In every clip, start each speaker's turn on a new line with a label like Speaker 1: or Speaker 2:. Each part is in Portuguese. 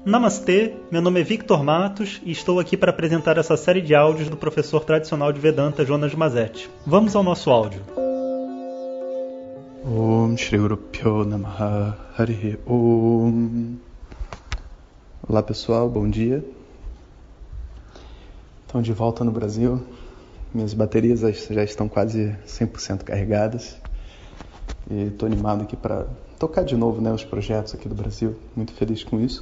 Speaker 1: Namastê, meu nome é Victor Matos e estou aqui para apresentar essa série de áudios do professor tradicional de Vedanta, Jonas Mazet. Vamos ao nosso áudio.
Speaker 2: Om Shri Guru Pyo Namaha Harihi Om. Olá pessoal, bom dia. Então, de volta no Brasil, minhas baterias já estão quase 100% carregadas e estou animado aqui para tocar de novo, os projetos aqui do Brasil, muito feliz com isso.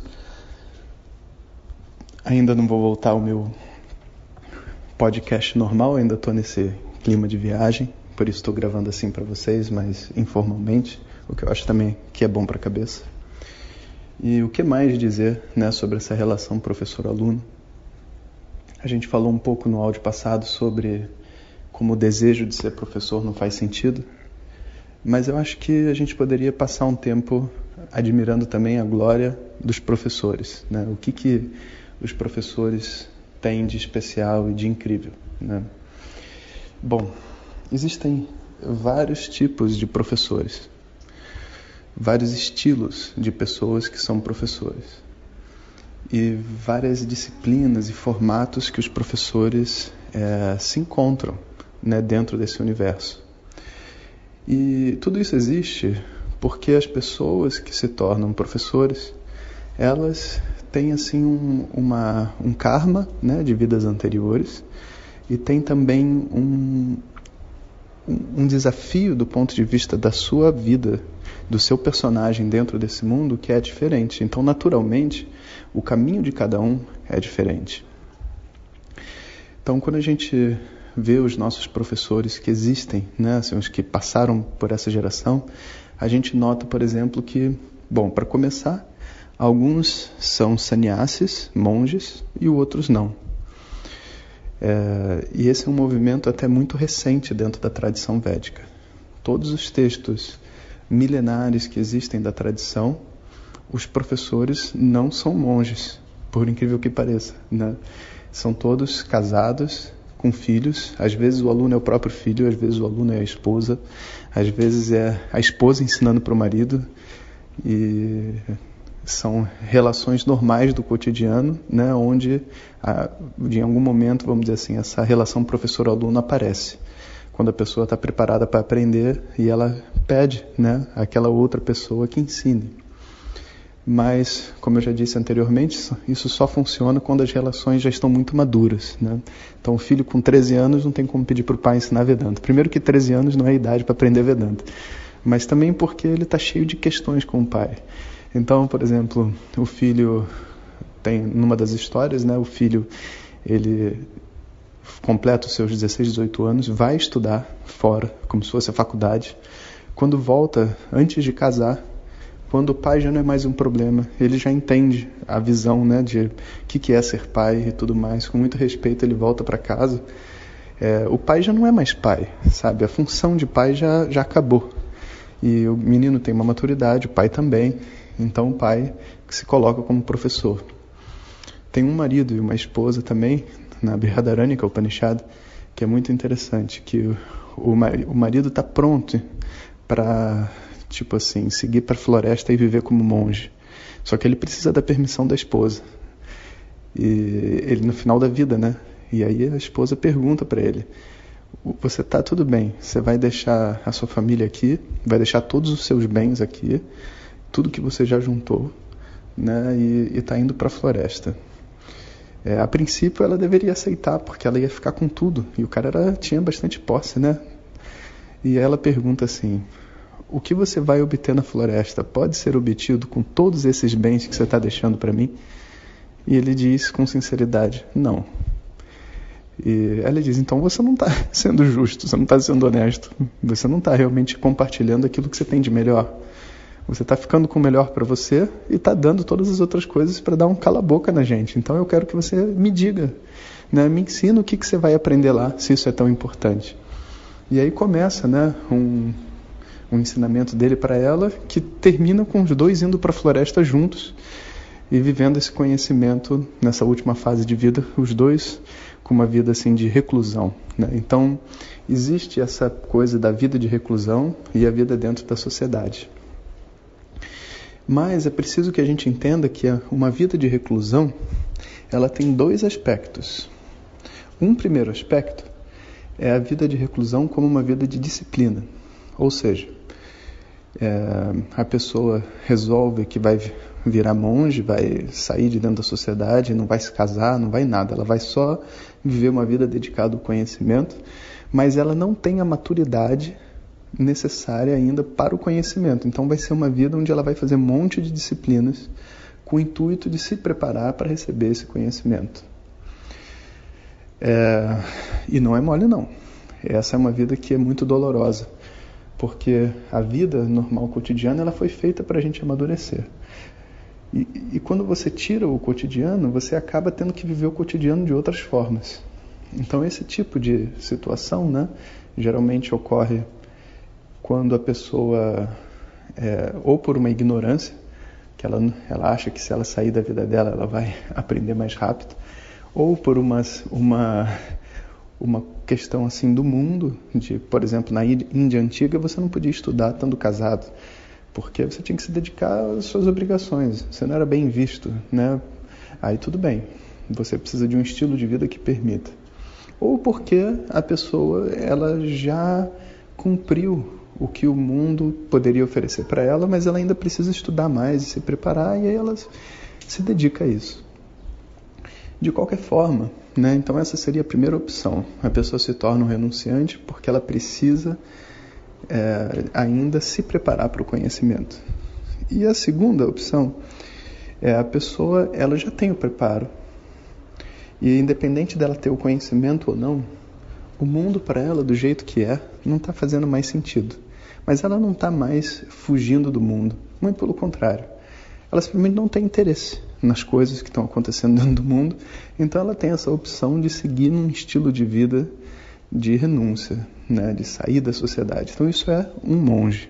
Speaker 2: Ainda não vou voltar ao meu podcast normal, ainda estou nesse clima de viagem, por isso estou gravando assim para vocês, mas informalmente, o que eu acho também que é bom para a cabeça. E o que mais dizer sobre essa relação professor-aluno? A gente falou um pouco no áudio passado sobre como o desejo de ser professor não faz sentido, mas eu acho que a gente poderia passar um tempo admirando também a glória dos professores, O que os professores têm de especial e de incrível, Bom, existem vários tipos de professores, vários estilos de pessoas que são professores e várias disciplinas e formatos que os professores se encontram dentro desse universo. E tudo isso existe porque as pessoas que se tornam professores, elas têm assim um karma de vidas anteriores e tem também um desafio do ponto de vista da sua vida, do seu personagem dentro desse mundo que é diferente. Então, naturalmente, o caminho de cada um é diferente. Então, quando a gente vê os nossos professores que existem, assim, os que passaram por essa geração, a gente nota, por exemplo, que, para começar, alguns são sannyasis, monges, e outros não. E esse é um movimento até muito recente dentro da tradição védica. Todos os textos milenares que existem da tradição, os professores não são monges, por incrível que pareça, São todos casados, com filhos. Às vezes o aluno é o próprio filho, às vezes o aluno é a esposa, às vezes é a esposa ensinando para o marido, e são relações normais do cotidiano, onde em algum momento, vamos dizer assim, essa relação professor-aluno aparece, quando a pessoa está preparada para aprender e ela pede aquela outra pessoa que ensine. Mas, como eu já disse anteriormente, isso só funciona quando as relações já estão muito maduras, Então, o filho com 13 anos não tem como pedir para o pai ensinar Vedanta. Primeiro que 13 anos não é a idade para aprender Vedanta, mas também porque ele está cheio de questões com o pai. Então, por exemplo, o filho tem, numa das histórias, o filho, ele completa os seus 16, 18 anos, vai estudar fora, como se fosse a faculdade. Quando volta, antes de casar, quando o pai já não é mais um problema, ele já entende a visão de o que é ser pai e tudo mais. Com muito respeito, ele volta para casa. O pai já não é mais pai, sabe? A função de pai já acabou. E o menino tem uma maturidade, o pai também. Então o pai se coloca como professor. Tem um marido e uma esposa também, na Brihadaranyaka Upanishad, que é muito interessante, que o marido está pronto para, seguir para a floresta e viver como monge. Só que ele precisa da permissão da esposa. E ele no final da vida, E aí a esposa pergunta para ele: você está tudo bem, você vai deixar a sua família aqui, vai deixar todos os seus bens aqui, tudo que você já juntou, e está indo para a floresta. A princípio ela deveria aceitar, porque ela ia ficar com tudo, e o cara tinha bastante posse, E ela pergunta assim: o que você vai obter na floresta pode ser obtido com todos esses bens que você está deixando para mim? E ele diz com sinceridade: não. E ela diz: então você não está sendo justo, você não está sendo honesto, você não está realmente compartilhando aquilo que você tem de melhor. Você está ficando com o melhor para você e está dando todas as outras coisas para dar um cala-boca na gente. Então eu quero que você me diga, me ensina o que você vai aprender lá, se isso é tão importante. E aí começa um ensinamento dele para ela, que termina com os dois indo para a floresta juntos e vivendo esse conhecimento nessa última fase de vida, os dois com uma vida assim de reclusão, Então existe essa coisa da vida de reclusão e a vida dentro da sociedade. Mas é preciso que a gente entenda que uma vida de reclusão, ela tem dois aspectos. Um primeiro aspecto é a vida de reclusão como uma vida de disciplina. Ou seja, a pessoa resolve que vai virar monge, vai sair de dentro da sociedade, não vai se casar, não vai nada. Ela vai só viver uma vida dedicada ao conhecimento, mas ela não tem a maturidade necessária ainda para o conhecimento. Então vai ser uma vida onde ela vai fazer um monte de disciplinas com o intuito de se preparar para receber esse conhecimento. E não é mole não. Essa é uma vida que é muito dolorosa, porque a vida normal cotidiana ela foi feita para a gente amadurecer. E quando você tira o cotidiano, você acaba tendo que viver o cotidiano de outras formas. Então esse tipo de situação, né, geralmente ocorre quando a pessoa, ou por uma ignorância, que ela acha que se ela sair da vida dela, ela vai aprender mais rápido, ou por uma questão assim do mundo, de, por exemplo, na Índia antiga você não podia estudar estando casado, porque você tinha que se dedicar às suas obrigações, você não era bem visto, né? Aí tudo bem, você precisa de um estilo de vida que permita. Ou porque a pessoa ela já cumpriu o que o mundo poderia oferecer para ela, mas ela ainda precisa estudar mais e se preparar, e aí ela se dedica a isso. De qualquer forma, né, então essa seria a primeira opção. A pessoa se torna um renunciante porque ela precisa ainda se preparar para o conhecimento. E a segunda opção a pessoa ela já tem o preparo. E independente dela ter o conhecimento ou não, o mundo para ela, do jeito que não está fazendo mais sentido. Mas ela não está mais fugindo do mundo. Muito pelo contrário. Ela simplesmente não tem interesse nas coisas que estão acontecendo dentro do mundo. Então ela tem essa opção de seguir num estilo de vida de renúncia, né, de sair da sociedade. Então isso é um monge.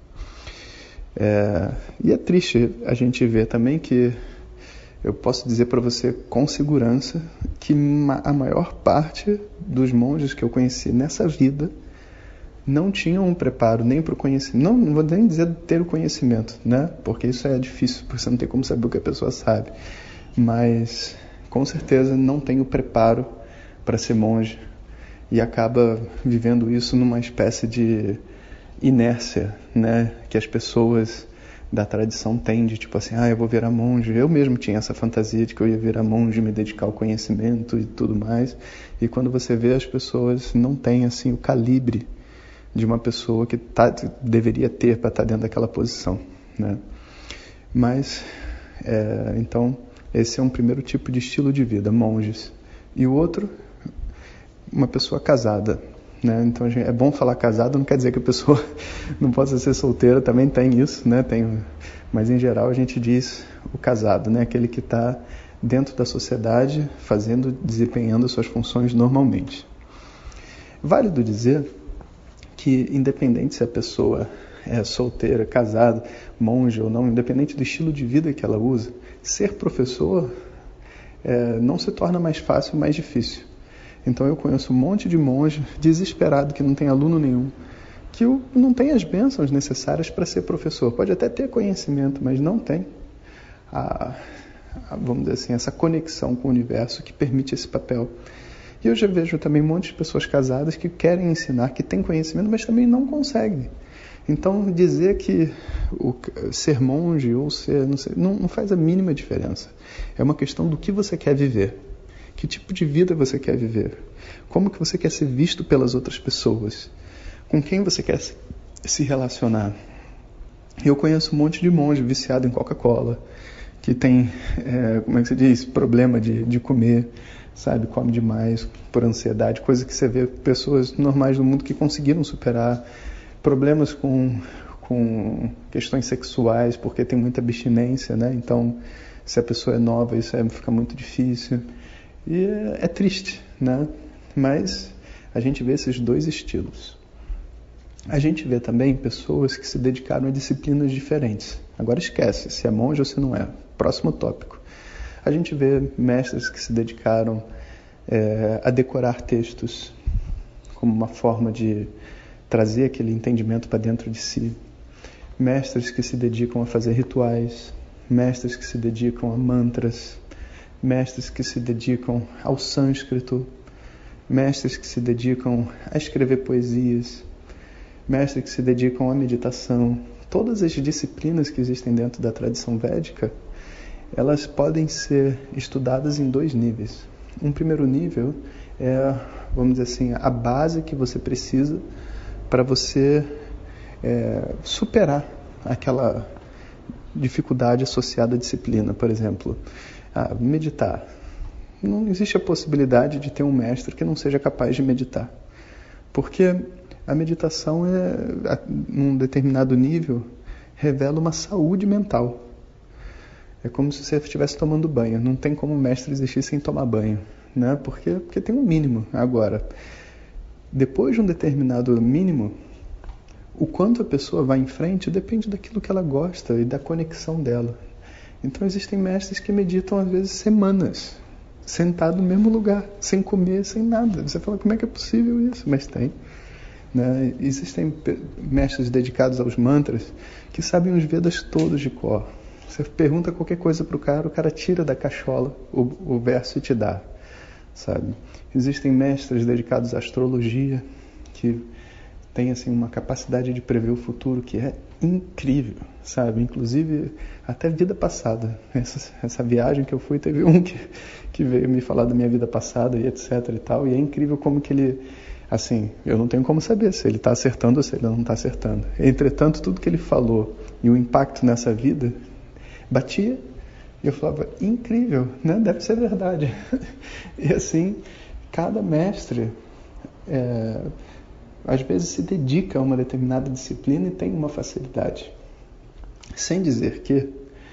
Speaker 2: E é triste a gente ver também que eu posso dizer para você com segurança que a maior parte dos monges que eu conheci nessa vida não tinham um preparo nem para o conhecimento. Não vou nem dizer ter o conhecimento, né? Porque isso é difícil, porque você não tem como saber o que a pessoa sabe. Mas com certeza não tem o preparo para ser monge e acaba vivendo isso numa espécie de inércia, né? Que as pessoas da tradição têm de tipo assim, eu vou virar monge. Eu mesmo tinha essa fantasia de que eu ia virar monge, me dedicar ao conhecimento e tudo mais. E quando você vê, as pessoas não têm assim o calibre de uma pessoa que deveria ter para estar dentro daquela posição, né? Mas, então, esse é um primeiro tipo de estilo de vida, monges. E o outro, uma pessoa casada, né? Então, é bom falar casado, não quer dizer que a pessoa não possa ser solteira, também tem isso, né? Mas, em geral, a gente diz o casado, né? Aquele que está dentro da sociedade, desempenhando as suas funções normalmente. Válido dizer que, independente se a pessoa é solteira, casada, monge ou não, independente do estilo de vida que ela usa, ser professor não se torna mais fácil, mais difícil. Então eu conheço um monte de monge desesperado que não tem aluno nenhum, que não tem as bênçãos necessárias para ser professor. Pode até ter conhecimento, mas não tem vamos dizer assim, essa conexão com o universo que permite esse papel. E eu já vejo também um monte de pessoas casadas que querem ensinar, que têm conhecimento, mas também não conseguem. Então, dizer que ser monge ou ser, não faz a mínima diferença. É uma questão do que você quer viver. Que tipo de vida você quer viver? Como que você quer ser visto pelas outras pessoas? Com quem você quer se relacionar? Eu conheço um monte de monge viciado em Coca-Cola, que tem, como é que se diz, problema de comer, sabe, come demais por ansiedade, coisa que você vê pessoas normais do mundo que conseguiram superar, problemas com questões sexuais, porque tem muita abstinência, né? Então, se a pessoa é nova, isso fica muito difícil. E é triste, né? Mas a gente vê esses dois estilos. A gente vê também pessoas que se dedicaram a disciplinas diferentes. Agora esquece se é monge ou se não é. Próximo tópico. A gente vê mestres que se dedicaram a decorar textos como uma forma de trazer aquele entendimento para dentro de si. mestres que se dedicam a fazer rituais, mestres que se dedicam a mantras, mestres que se dedicam ao sânscrito, mestres que se dedicam a escrever poesias, mestres que se dedicam à meditação. Todas as disciplinas que existem dentro da tradição védica, elas podem ser estudadas em 2 níveis. Um primeiro nível é, vamos dizer assim, a base que você precisa para você superar aquela dificuldade associada à disciplina. Por exemplo, meditar. Não existe a possibilidade de ter um mestre que não seja capaz de meditar. Porque a meditação, num determinado nível, revela uma saúde mental. É como se você estivesse tomando banho. Não tem como o mestre existir sem tomar banho, né? Porque tem um mínimo. Agora, depois de um determinado mínimo, o quanto a pessoa vai em frente depende daquilo que ela gosta e da conexão dela. Então existem mestres que meditam às vezes semanas, sentado no mesmo lugar, sem comer, sem nada. Você fala, como é que é possível isso? Mas tem. Né? Existem mestres dedicados aos mantras que sabem os Vedas todos de cor. Você pergunta qualquer coisa para o cara tira da cachola o verso e te dá, sabe? Existem mestres dedicados à astrologia que têm assim, uma capacidade de prever o futuro que é incrível, sabe? Inclusive, até vida passada. Essa viagem que eu fui, teve um que veio me falar da minha vida passada e etc e tal, e é incrível como que ele... Assim, eu não tenho como saber se ele está acertando ou se ele não está acertando. Entretanto, tudo que ele falou e o impacto nessa vida batia e eu falava, incrível, né? Deve ser verdade. E assim, cada mestre às vezes se dedica a uma determinada disciplina e tem uma facilidade. Sem dizer que,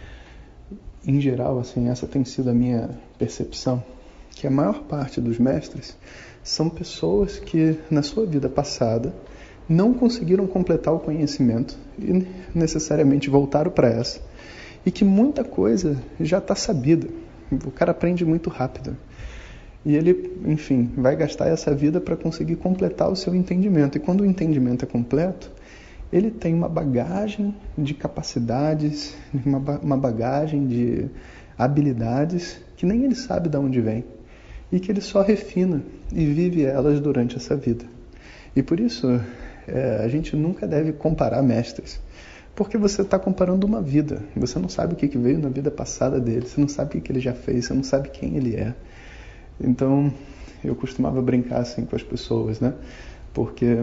Speaker 2: em geral, assim, essa tem sido a minha percepção, que a maior parte dos mestres são pessoas que, na sua vida passada, não conseguiram completar o conhecimento e necessariamente voltaram para essa. E que muita coisa já está sabida. O cara aprende muito rápido. E ele, enfim, vai gastar essa vida para conseguir completar o seu entendimento. E quando o entendimento é completo, ele tem uma bagagem de capacidades, uma bagagem de habilidades que nem ele sabe de onde vem. E que ele só refina e vive elas durante essa vida. E por isso, a gente nunca deve comparar mestres. Porque você está comparando uma vida. Você não sabe o que veio na vida passada dele. Você não sabe o que ele já fez. Você não sabe quem ele é. Então, eu costumava brincar assim com as pessoas, né? Porque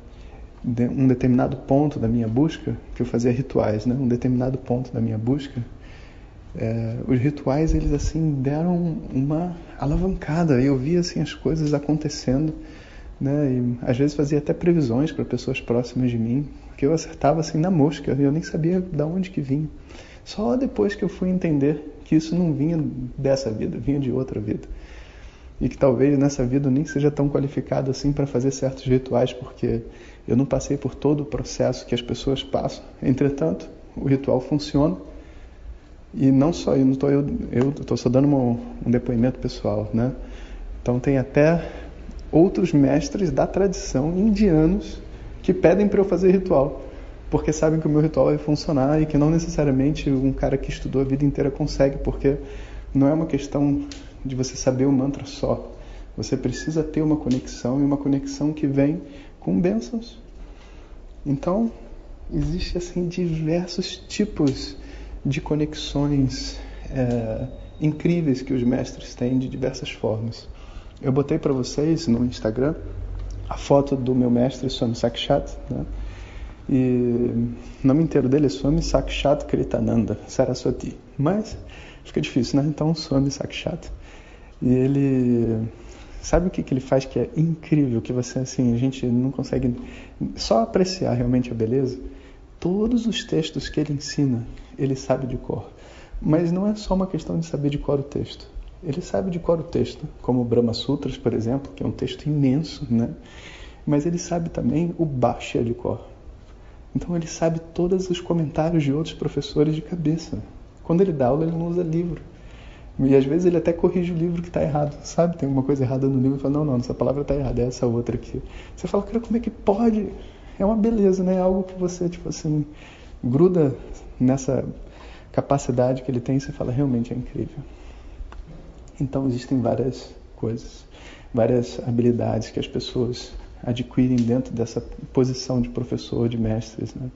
Speaker 2: um determinado ponto da minha busca, que eu fazia rituais, né? Um determinado ponto da minha busca, os rituais, eles assim deram uma alavancada. Eu via assim as coisas acontecendo, né? E às vezes fazia até previsões para pessoas próximas de mim, porque eu acertava assim na mosca, eu nem sabia de onde que vinha. Só depois que eu fui entender que isso não vinha dessa vida, vinha de outra vida. E que talvez nessa vida eu nem seja tão qualificado assim para fazer certos rituais, porque eu não passei por todo o processo que as pessoas passam. Entretanto, o ritual funciona. E não só eu estou só dando um depoimento pessoal, né? Então tem até outros mestres da tradição indianos que pedem para eu fazer ritual, porque sabem que o meu ritual vai funcionar e que não necessariamente um cara que estudou a vida inteira consegue, porque não é uma questão de você saber o mantra só. Você precisa ter uma conexão, e uma conexão que vem com bênçãos. Então, existe assim diversos tipos de conexões incríveis que os mestres têm de diversas formas. Eu botei para vocês no Instagram a foto do meu mestre Swami Sakshat, né? E o nome inteiro dele é Swami Sakshat Kritananda Saraswati, mas fica difícil, né? Então Swami Sakshat. E ele, sabe o que ele faz que é incrível, que você assim, a gente não consegue só apreciar realmente a beleza? Todos os textos que ele ensina, ele sabe de cor. Mas não é só uma questão de saber de cor o texto. Ele sabe de cor o texto, como o Brahma Sutras, por exemplo, que é um texto imenso, né? Mas ele sabe também o Bhashya de cor. Então ele sabe todos os comentários de outros professores de cabeça. Quando ele dá aula, ele não usa livro. E às vezes ele até corrige o livro que está errado, sabe? Tem alguma coisa errada no livro e fala, não, essa palavra está errada, é essa outra aqui. Você fala, cara, como é que pode? É uma beleza, né? É algo que você, tipo assim, gruda nessa capacidade que ele tem e você fala, realmente é incrível. Então existem várias coisas, várias habilidades que as pessoas adquirem dentro dessa posição de professor, de mestres, né?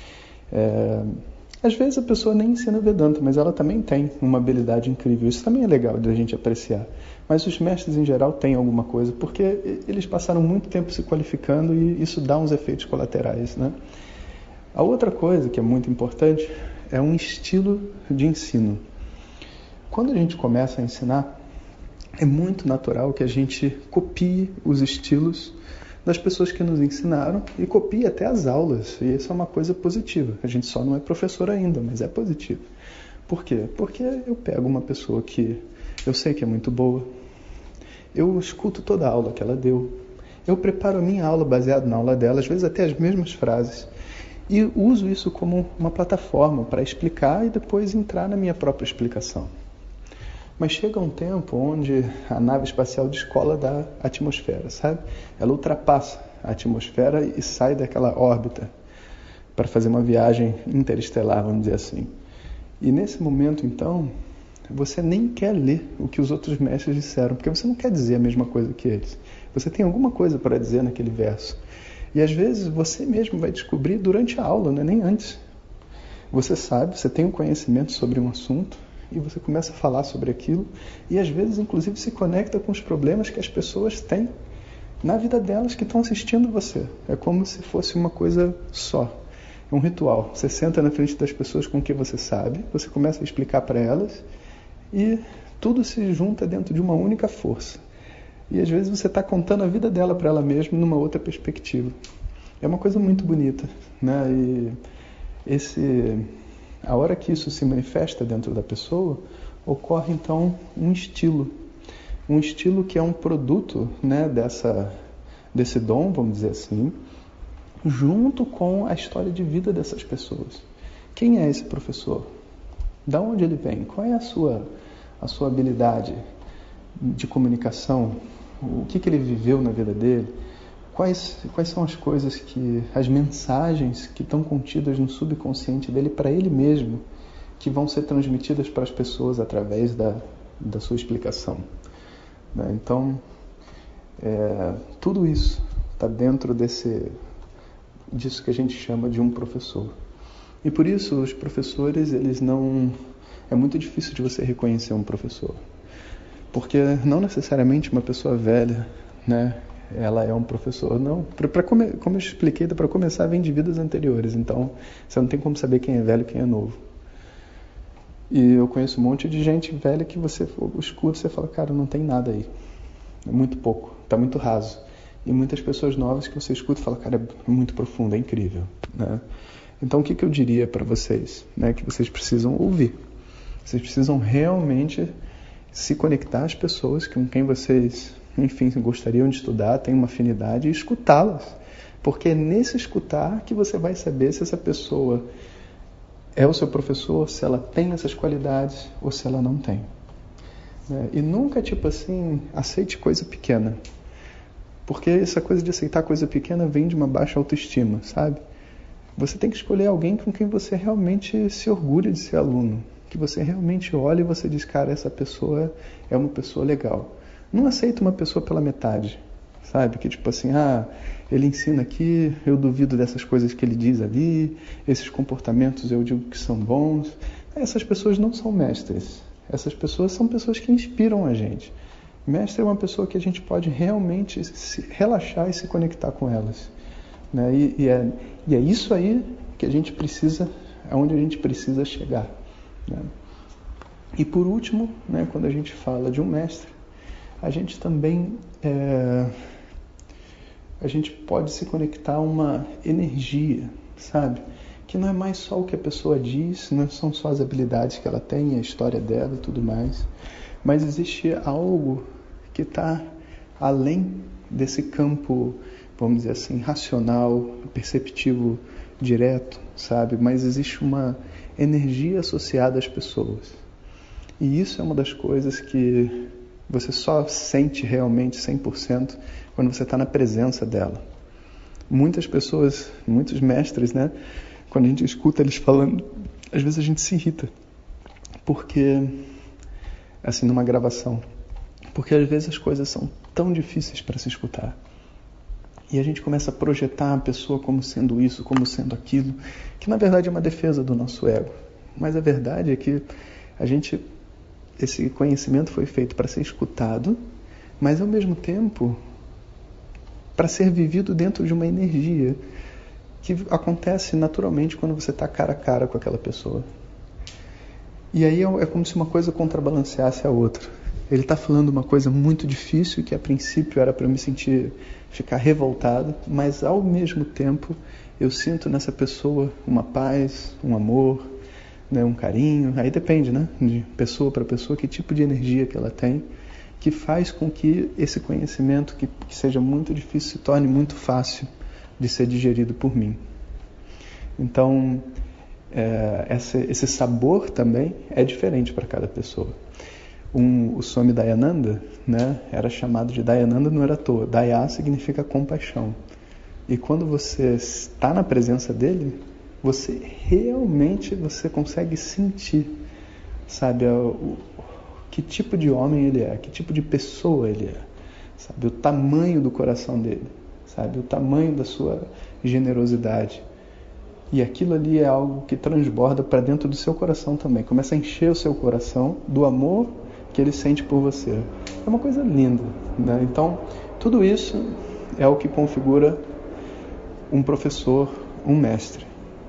Speaker 2: Às vezes a pessoa nem ensina Vedanta, mas ela também tem uma habilidade incrível. Isso também é legal de a gente apreciar. Mas os mestres em geral têm alguma coisa, porque eles passaram muito tempo se qualificando e isso dá uns efeitos colaterais, né? A outra coisa que é muito importante é um estilo de ensino. Quando a gente começa a ensinar, é muito natural que a gente copie os estilos das pessoas que nos ensinaram e copie até as aulas. E isso é uma coisa positiva. A gente só não é professor ainda, mas é positivo. Por quê? Porque eu pego uma pessoa que eu sei que é muito boa, eu escuto toda a aula que ela deu, eu preparo a minha aula baseado na aula dela, às vezes até as mesmas frases, e uso isso como uma plataforma para explicar e depois entrar na minha própria explicação. Mas chega um tempo onde a nave espacial descola da atmosfera, sabe? Ela ultrapassa a atmosfera e sai daquela órbita para fazer uma viagem interestelar, vamos dizer assim. E nesse momento, então, você nem quer ler o que os outros mestres disseram, porque você não quer dizer a mesma coisa que eles. Você tem alguma coisa para dizer naquele verso. E às vezes você mesmo vai descobrir durante a aula, não é nem antes. Você sabe, você tem um conhecimento sobre um assunto, e você começa a falar sobre aquilo, e às vezes, inclusive, se conecta com os problemas que as pessoas têm na vida delas que estão assistindo você. É como se fosse uma coisa só. É um ritual. Você senta na frente das pessoas com quem você sabe, você começa a explicar para elas, e tudo se junta dentro de uma única força. E às vezes você está contando a vida dela para ela mesma numa outra perspectiva. É uma coisa muito bonita, né? E a hora que isso se manifesta dentro da pessoa, ocorre então um estilo que é um produto, né, desse dom, vamos dizer assim, junto com a história de vida dessas pessoas. Quem é esse professor? Da onde ele vem? Qual é a sua habilidade de comunicação? O que ele viveu na vida dele? Quais são as mensagens que estão contidas no subconsciente dele para ele mesmo, que vão ser transmitidas para as pessoas através da sua explicação? Então, tudo isso está dentro disso que a gente chama de um professor. E por isso os professores, é muito difícil de você reconhecer um professor. Porque não necessariamente uma pessoa velha, né, ela é um professor. Não, como eu expliquei, para começar vem de vidas anteriores. Então, você não tem como saber quem é velho e quem é novo. E eu conheço um monte de gente velha que você escuta e você fala, cara, não tem nada aí. É muito pouco, está muito raso. E muitas pessoas novas que você escuta e fala, cara, é muito profundo, é incrível, né? Então, o que eu diria para vocês? Né, que vocês precisam ouvir. Vocês precisam realmente se conectar às pessoas com quem vocês, enfim, gostariam de estudar, têm uma afinidade, e escutá-las. Porque é nesse escutar que você vai saber se essa pessoa é o seu professor, se ela tem essas qualidades ou se ela não tem. E nunca, aceite coisa pequena. Porque essa coisa de aceitar coisa pequena vem de uma baixa autoestima, sabe? Você tem que escolher alguém com quem você realmente se orgulha de ser aluno. Que você realmente olha e você diz, cara, essa pessoa é uma pessoa legal. Não aceita uma pessoa pela metade, sabe? Que ele ensina aqui, eu duvido dessas coisas que ele diz ali, esses comportamentos eu digo que são bons. Essas pessoas não são mestres. Essas pessoas são pessoas que inspiram a gente. Mestre é uma pessoa que a gente pode realmente se relaxar e se conectar com elas. Né? E é isso aí que a gente precisa, aonde a gente precisa chegar. Né? E por último, né, quando a gente fala de um mestre, a gente também a gente pode se conectar a uma energia, sabe? Que não é mais só o que a pessoa diz, não são só as habilidades que ela tem, a história dela e tudo mais, mas existe algo que está além desse campo, vamos dizer assim, racional, perceptivo, direto, sabe? Mas existe uma energia associada às pessoas. E isso é uma das coisas que você só sente realmente 100% quando você está na presença dela. Muitas pessoas, muitos mestres, né, quando a gente escuta eles falando, às vezes a gente se irrita. Porque, assim, numa gravação, porque às vezes as coisas são tão difíceis para se escutar. E a gente começa a projetar a pessoa como sendo isso, como sendo aquilo, que na verdade é uma defesa do nosso ego. Mas a verdade é que esse conhecimento foi feito para ser escutado, mas ao mesmo tempo para ser vivido dentro de uma energia que acontece naturalmente quando você está cara a cara com aquela pessoa. E aí é como se uma coisa contrabalanceasse a outra. Ele está falando uma coisa muito difícil que a princípio era para eu ficar revoltado, mas ao mesmo tempo eu sinto nessa pessoa uma paz, um amor, né, um carinho. Aí depende, né, de pessoa para pessoa, que tipo de energia que ela tem, que faz com que esse conhecimento que seja muito difícil se torne muito fácil de ser digerido por mim. Então, esse sabor também é diferente para cada pessoa. O Swami Dayananda, né, era chamado de Dayananda, não era à toa. Daya significa compaixão. E quando você está na presença dele, você realmente consegue sentir, sabe, que tipo de homem ele é, que tipo de pessoa ele é, sabe, o tamanho do coração dele, sabe, o tamanho da sua generosidade. E aquilo ali é algo que transborda para dentro do seu coração também, começa a encher o seu coração do amor que ele sente por você. É uma coisa linda, né? Então, tudo isso é o que configura um professor, um mestre.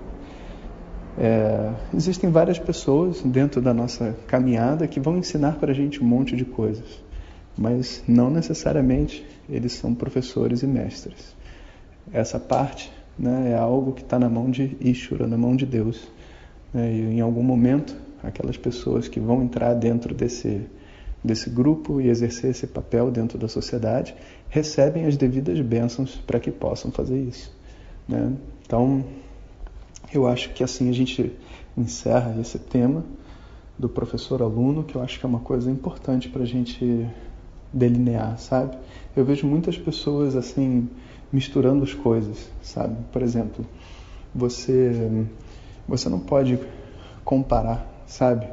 Speaker 2: Existem várias pessoas dentro da nossa caminhada que vão ensinar para a gente um monte de coisas, mas não necessariamente eles são professores e mestres. Essa parte, né, é algo que está na mão de Ishvara, na mão de Deus. E em algum momento, aquelas pessoas que vão entrar dentro desse grupo e exercer esse papel dentro da sociedade, recebem as devidas bênçãos para que possam fazer isso, né? Então, eu acho que assim a gente encerra esse tema do professor-aluno, que eu acho que é uma coisa importante para a gente delinear, sabe? Eu vejo muitas pessoas assim misturando as coisas, sabe? Por exemplo, você não pode comparar, sabe,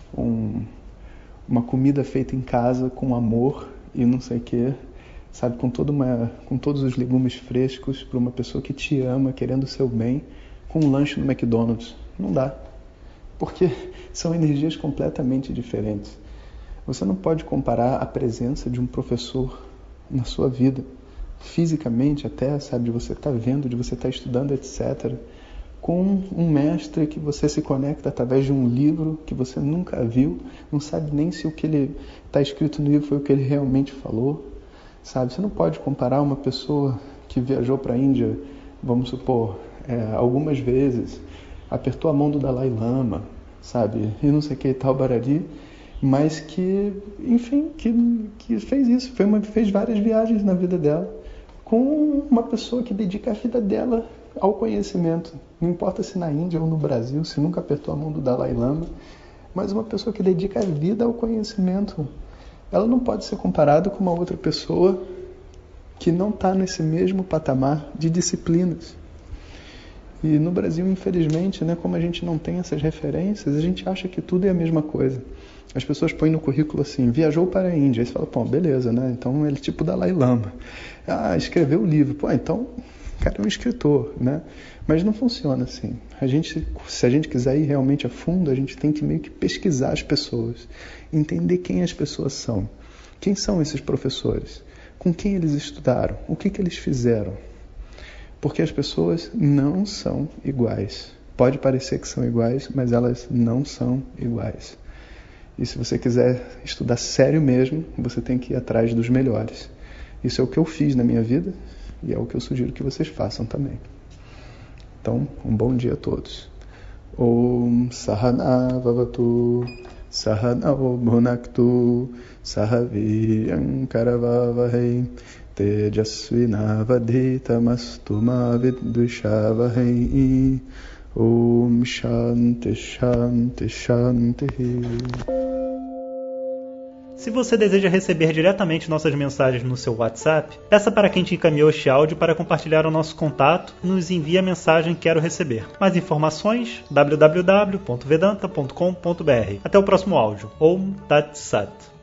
Speaker 2: uma comida feita em casa com amor e não sei o quê, sabe, com todos os legumes frescos, para uma pessoa que te ama, querendo o seu bem, com um lanche no McDonald's. Não dá. Porque são energias completamente diferentes. Você não pode comparar a presença de um professor na sua vida, fisicamente até, sabe, de você estar vendo, de você estar estudando, etc., com um mestre que você se conecta através de um livro que você nunca viu, não sabe nem se o que ele está escrito no livro foi o que ele realmente falou, sabe? Você não pode comparar uma pessoa que viajou para a Índia, vamos supor, algumas vezes, apertou a mão do Dalai Lama, sabe? E não sei o que e tal, barari, mas que, enfim, que fez isso, fez várias viagens na vida dela, com uma pessoa que dedica a vida dela ao conhecimento. Não importa se na Índia ou no Brasil, se nunca apertou a mão do Dalai Lama, mas uma pessoa que dedica a vida ao conhecimento, ela não pode ser comparada com uma outra pessoa que não está nesse mesmo patamar de disciplinas. E no Brasil, infelizmente, né, como a gente não tem essas referências, a gente acha que tudo é a mesma coisa. As pessoas põem no currículo assim, viajou para a Índia. Aí você fala, pô, beleza, né? Então ele é tipo Dalai Lama. Ah, escreveu o livro. Pô, então o cara é um escritor, né? Mas não funciona assim. Se a gente quiser ir realmente a fundo, a gente tem que meio que pesquisar as pessoas, entender quem as pessoas são. Quem são esses professores? Com quem eles estudaram? O que eles fizeram? Porque as pessoas não são iguais. Pode parecer que são iguais, mas elas não são iguais. E se você quiser estudar sério mesmo, você tem que ir atrás dos melhores. Isso é o que eu fiz na minha vida e é o que eu sugiro que vocês façam também. Então, um bom dia a todos. Om Sahana Vavatu Sahana Bhunaktu Sahaviryam Karavavahai Tejasvinavadhitamastu ma vidvishavahai. Om Shanti Shanti Shanti.
Speaker 1: Se você deseja receber diretamente nossas mensagens no seu WhatsApp, peça para quem te encaminhou este áudio para compartilhar o nosso contato e nos envie a mensagem "Quero receber". Mais informações www.vedanta.com.br. Até o próximo áudio. Om Tat Sat.